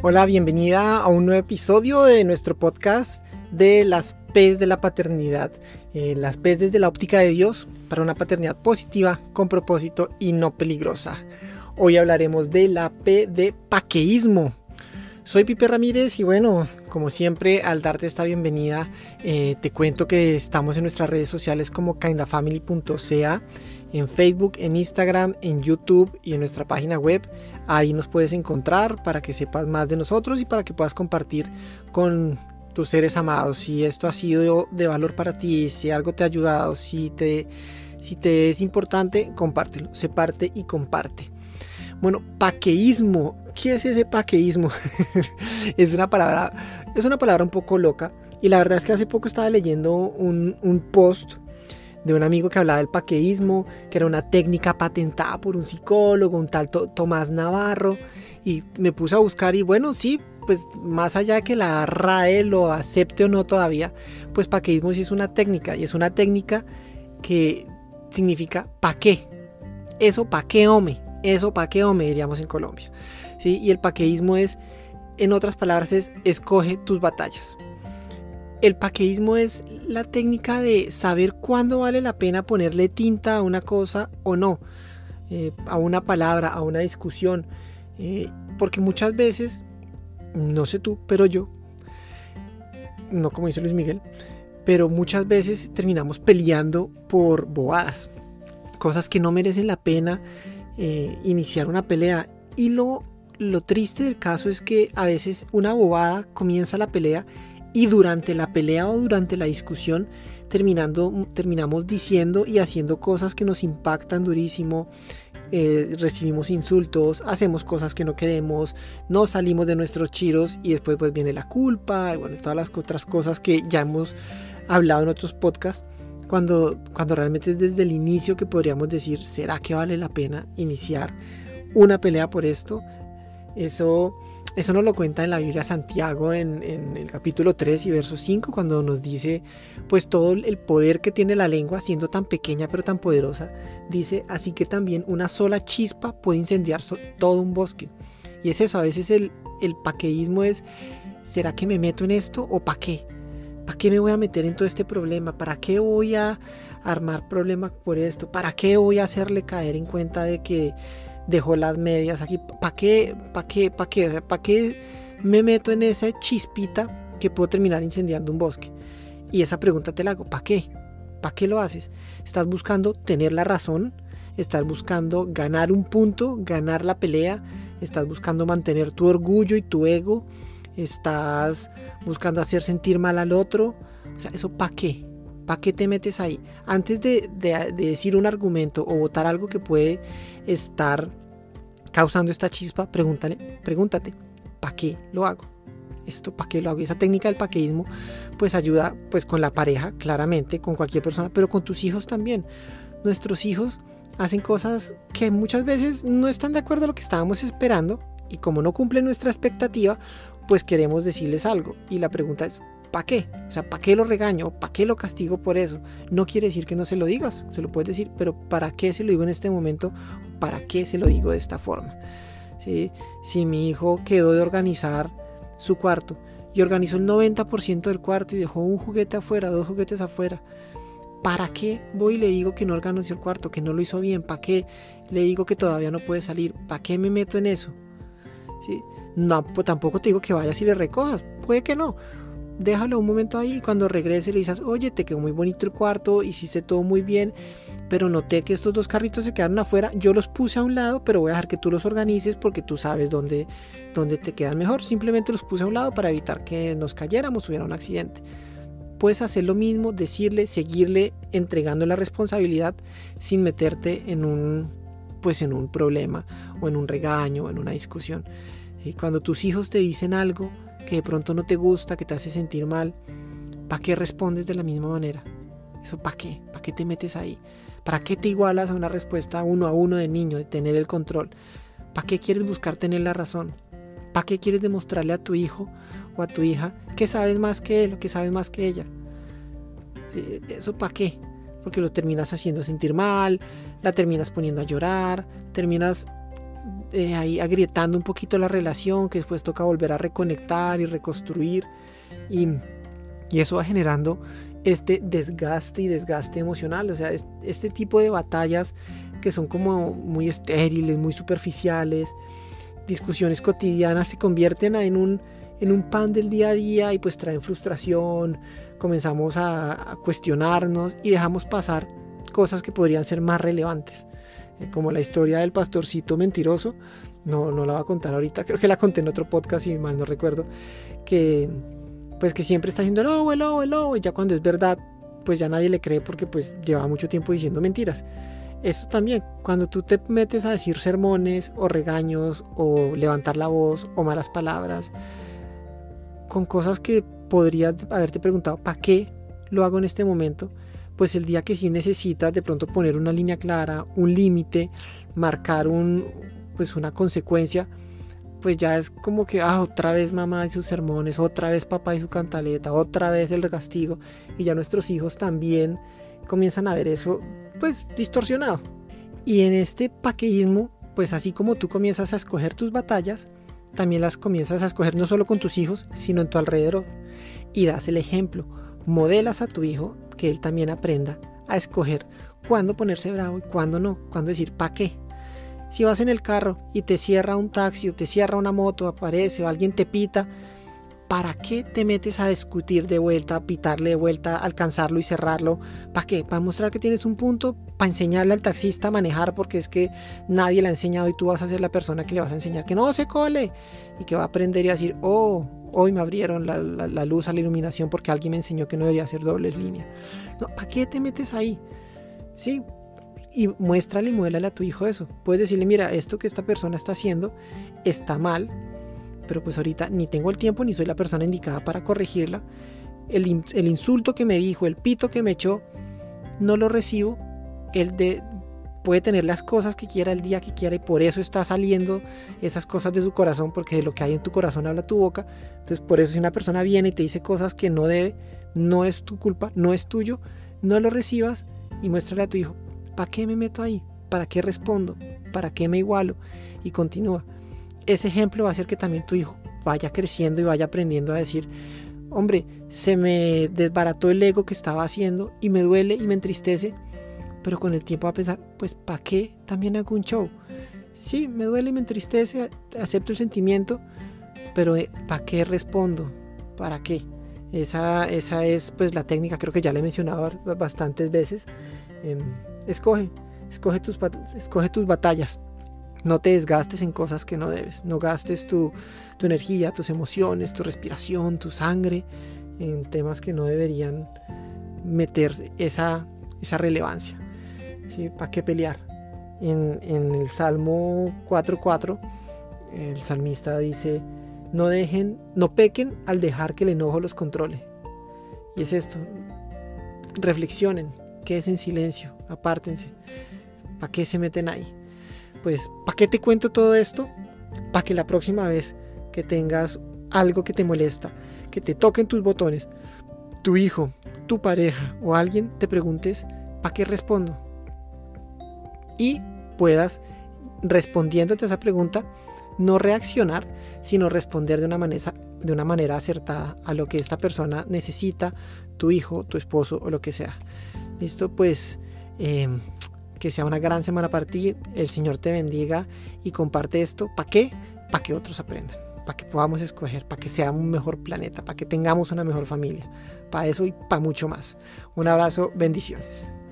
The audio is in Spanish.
Hola, bienvenida a un nuevo episodio de nuestro podcast de las P's de la paternidad. Las P's desde la óptica de Dios para una paternidad positiva, con propósito y no peligrosa. Hoy hablaremos de la P de paqueísmo. Soy Pipe Ramírez y bueno, como siempre, al darte esta bienvenida, te cuento que estamos en nuestras redes sociales como kindafamily.ca, en Facebook, en Instagram, en YouTube y en nuestra página web. Ahí nos puedes encontrar para que sepas más de nosotros y para que puedas compartir con tus seres amados. Si esto ha sido de valor para ti, si algo te ha ayudado, si te es importante, compártelo. Sé parte y comparte. Bueno, paqueísmo. ¿Qué es ese paqueísmo? Es una palabra un poco loca. Y la verdad es que hace poco estaba leyendo un post de un amigo que hablaba del paqueísmo, que era una técnica patentada por un psicólogo, un tal Tomás Navarro. Y me puse a buscar y bueno, sí, pues más allá de que la RAE lo acepte o no todavía, pues paqueísmo sí es una técnica. Y es una técnica que significa ¿pa' qué? Eso ¿pa' qué, home? Eso ¿pa' qué, home? Diríamos en Colombia. ¿Sí? Y el paqueísmo es, en otras palabras, es escoge tus batallas. El paqueísmo es la técnica de saber cuándo vale la pena ponerle tinta a una cosa o no, a una palabra, a una discusión, porque muchas veces, no sé tú, pero yo, no como dice Luis Miguel, pero muchas veces terminamos peleando por bobadas, cosas que no merecen la pena iniciar una pelea. Y lo triste del caso es que a veces una bobada comienza la pelea y durante la pelea o durante la discusión terminamos diciendo y haciendo cosas que nos impactan durísimo. Recibimos insultos, hacemos cosas que no queremos, no salimos de nuestros chiros y después pues viene la culpa y bueno, todas las otras cosas que ya hemos hablado en otros podcasts. Cuando realmente es desde el inicio que podríamos decir, ¿será que vale la pena iniciar una pelea por esto? Eso nos lo cuenta en la Biblia Santiago en el capítulo 3 y verso 5, cuando nos dice pues todo el poder que tiene la lengua, siendo tan pequeña pero tan poderosa. Dice, así que también una sola chispa puede incendiar todo un bosque. Y es eso, a veces el paqueísmo es, ¿será que me meto en esto o para qué? ¿Para qué me voy a meter en todo este problema? ¿Para qué voy a armar problema por esto? ¿Para qué voy a hacerle caer en cuenta de que dejó las medias aquí? ¿Para qué? O sea, ¿para qué me meto en esa chispita que puedo terminar incendiando un bosque? Y esa pregunta te la hago, ¿para qué? ¿Para qué lo haces? ¿Estás buscando tener la razón? ¿Estás buscando ganar un punto, ganar la pelea? ¿Estás buscando mantener tu orgullo y tu ego? ¿Estás buscando hacer sentir mal al otro? O sea, ¿eso para qué? ¿Para qué te metes ahí? Antes de decir un argumento o votar algo que puede estar causando esta chispa, pregúntate, ¿para qué lo hago? ¿Esto para qué lo hago? Esa técnica del paqueísmo pues ayuda pues con la pareja, claramente, con cualquier persona, pero con tus hijos también. Nuestros hijos hacen cosas que muchas veces no están de acuerdo a lo que estábamos esperando y como no cumplen nuestra expectativa, pues queremos decirles algo. Y la pregunta es, ¿para qué? O sea, ¿para qué lo regaño? ¿Para qué lo castigo por eso? No quiere decir que no se lo digas, se lo puedes decir, pero ¿para qué se lo digo en este momento? ¿Para qué se lo digo de esta forma? ¿Sí? Si mi hijo quedó de organizar su cuarto y organizó el 90% del cuarto y dejó un juguete afuera, 2 juguetes afuera, ¿para qué voy y le digo que no organizó el cuarto, que no lo hizo bien? ¿Para qué le digo que todavía no puede salir? ¿Para qué me meto en eso? ¿Sí? No, pues tampoco te digo que vayas y le recojas, puede que no. Déjalo un momento ahí y cuando regrese le dices, oye, te quedó muy bonito el cuarto, hiciste todo muy bien, pero noté que estos 2 carritos se quedaron afuera, yo los puse a un lado, pero voy a dejar que tú los organices porque tú sabes dónde te quedan mejor. Simplemente los puse a un lado para evitar que nos cayéramos, hubiera un accidente. Puedes hacer lo mismo, decirle, seguirle entregando la responsabilidad sin meterte en un problema o en un regaño o en una discusión. Y cuando tus hijos te dicen algo que de pronto no te gusta, que te hace sentir mal, ¿para qué respondes de la misma manera? ¿Eso para qué? ¿Para qué te metes ahí? ¿Para qué te igualas a una respuesta 1 a 1 de niño, de tener el control? ¿Para qué quieres buscar tener la razón? ¿Para qué quieres demostrarle a tu hijo o a tu hija que sabes más que él o que sabes más que ella? ¿Sí? ¿Eso para qué? Porque lo terminas haciendo sentir mal, la terminas poniendo a llorar, terminas ahí agrietando un poquito la relación, que después toca volver a reconectar y reconstruir, y eso va generando este desgaste emocional. O sea, este tipo de batallas que son como muy estériles, muy superficiales, discusiones cotidianas, se convierten en un pan del día a día y pues traen frustración. Comenzamos a cuestionarnos y dejamos pasar cosas que podrían ser más relevantes, como la historia del pastorcito mentiroso. No la voy a contar ahorita, creo que la conté en otro podcast si mal no recuerdo, que siempre está diciendo el lobo, y ya cuando es verdad pues ya nadie le cree, porque pues lleva mucho tiempo diciendo mentiras. Eso también, cuando tú te metes a decir sermones o regaños o levantar la voz o malas palabras con cosas que podrías haberte preguntado ¿para qué lo hago en este momento? Pues el día que sí necesitas de pronto poner una línea clara, un límite, marcar una consecuencia, pues ya es como que otra vez mamá y sus sermones, otra vez papá y su cantaleta, otra vez el castigo, y ya nuestros hijos también comienzan a ver eso pues distorsionado. Y en este paqueísmo, pues así como tú comienzas a escoger tus batallas, también las comienzas a escoger no solo con tus hijos, sino en tu alrededor, y das el ejemplo, modelas a tu hijo que él también aprenda a escoger cuándo ponerse bravo y cuándo no, cuándo decir ¿para qué? Si vas en el carro y te cierra un taxi o te cierra una moto, aparece o alguien te pita, ¿para qué te metes a discutir de vuelta, a pitarle de vuelta, a alcanzarlo y cerrarlo? ¿Para qué? ¿Para mostrar que tienes un punto? ¿Para enseñarle al taxista a manejar porque es que nadie le ha enseñado y tú vas a ser la persona que le vas a enseñar que no se cole? Y que va a aprender y a decir, hoy me abrieron la luz a la iluminación porque alguien me enseñó que no debería hacer dobles líneas. No, ¿para qué te metes ahí? Sí. Y muéstrale y modélale a tu hijo eso. Puedes decirle, mira, esto que esta persona está haciendo está mal, pero pues ahorita ni tengo el tiempo ni soy la persona indicada para corregirla. El insulto que me dijo, el pito que me echó, no lo recibo. Puede tener las cosas que quiera el día que quiera y por eso está saliendo esas cosas de su corazón, porque de lo que hay en tu corazón habla tu boca. Entonces por eso si una persona viene y te dice cosas que no debe, no es tu culpa, no es tuyo, no lo recibas y muéstrale a tu hijo, ¿para qué me meto ahí? ¿Para qué respondo? ¿Para qué me igualo? Y continúa. Ese ejemplo va a hacer que también tu hijo vaya creciendo y vaya aprendiendo a decir, hombre, se me desbarató el ego que estaba haciendo y me duele y me entristece, pero con el tiempo va a pensar, pues ¿para qué también hago un show? Sí, me duele y me entristece, acepto el sentimiento, pero ¿para qué respondo? ¿Para qué? Esa es pues la técnica, creo que ya la he mencionado bastantes veces. Escoge tus batallas. No te desgastes en cosas que no debes. No gastes tu energía, tus emociones, tu respiración, tu sangre en temas que no deberían meter esa relevancia. ¿Sí? ¿Para qué pelear? En el Salmo 4:4, el salmista dice, no pequen al dejar que el enojo los controle. Y es esto. Reflexionen, quédense en silencio, apártense. ¿Para qué se meten ahí? Pues, ¿para qué te cuento todo esto? Para que la próxima vez que tengas algo que te molesta, que te toquen tus botones, tu hijo, tu pareja o alguien, te preguntes, ¿para qué respondo? Y puedas, respondiéndote a esa pregunta, no reaccionar, sino responder de una manera acertada a lo que esta persona necesita, tu hijo, tu esposo o lo que sea. ¿Listo? Pues que sea una gran semana para ti. El Señor te bendiga y comparte esto. ¿Para qué? Para que otros aprendan, para que podamos escoger, para que sea un mejor planeta, para que tengamos una mejor familia, para eso y para mucho más. Un abrazo, bendiciones.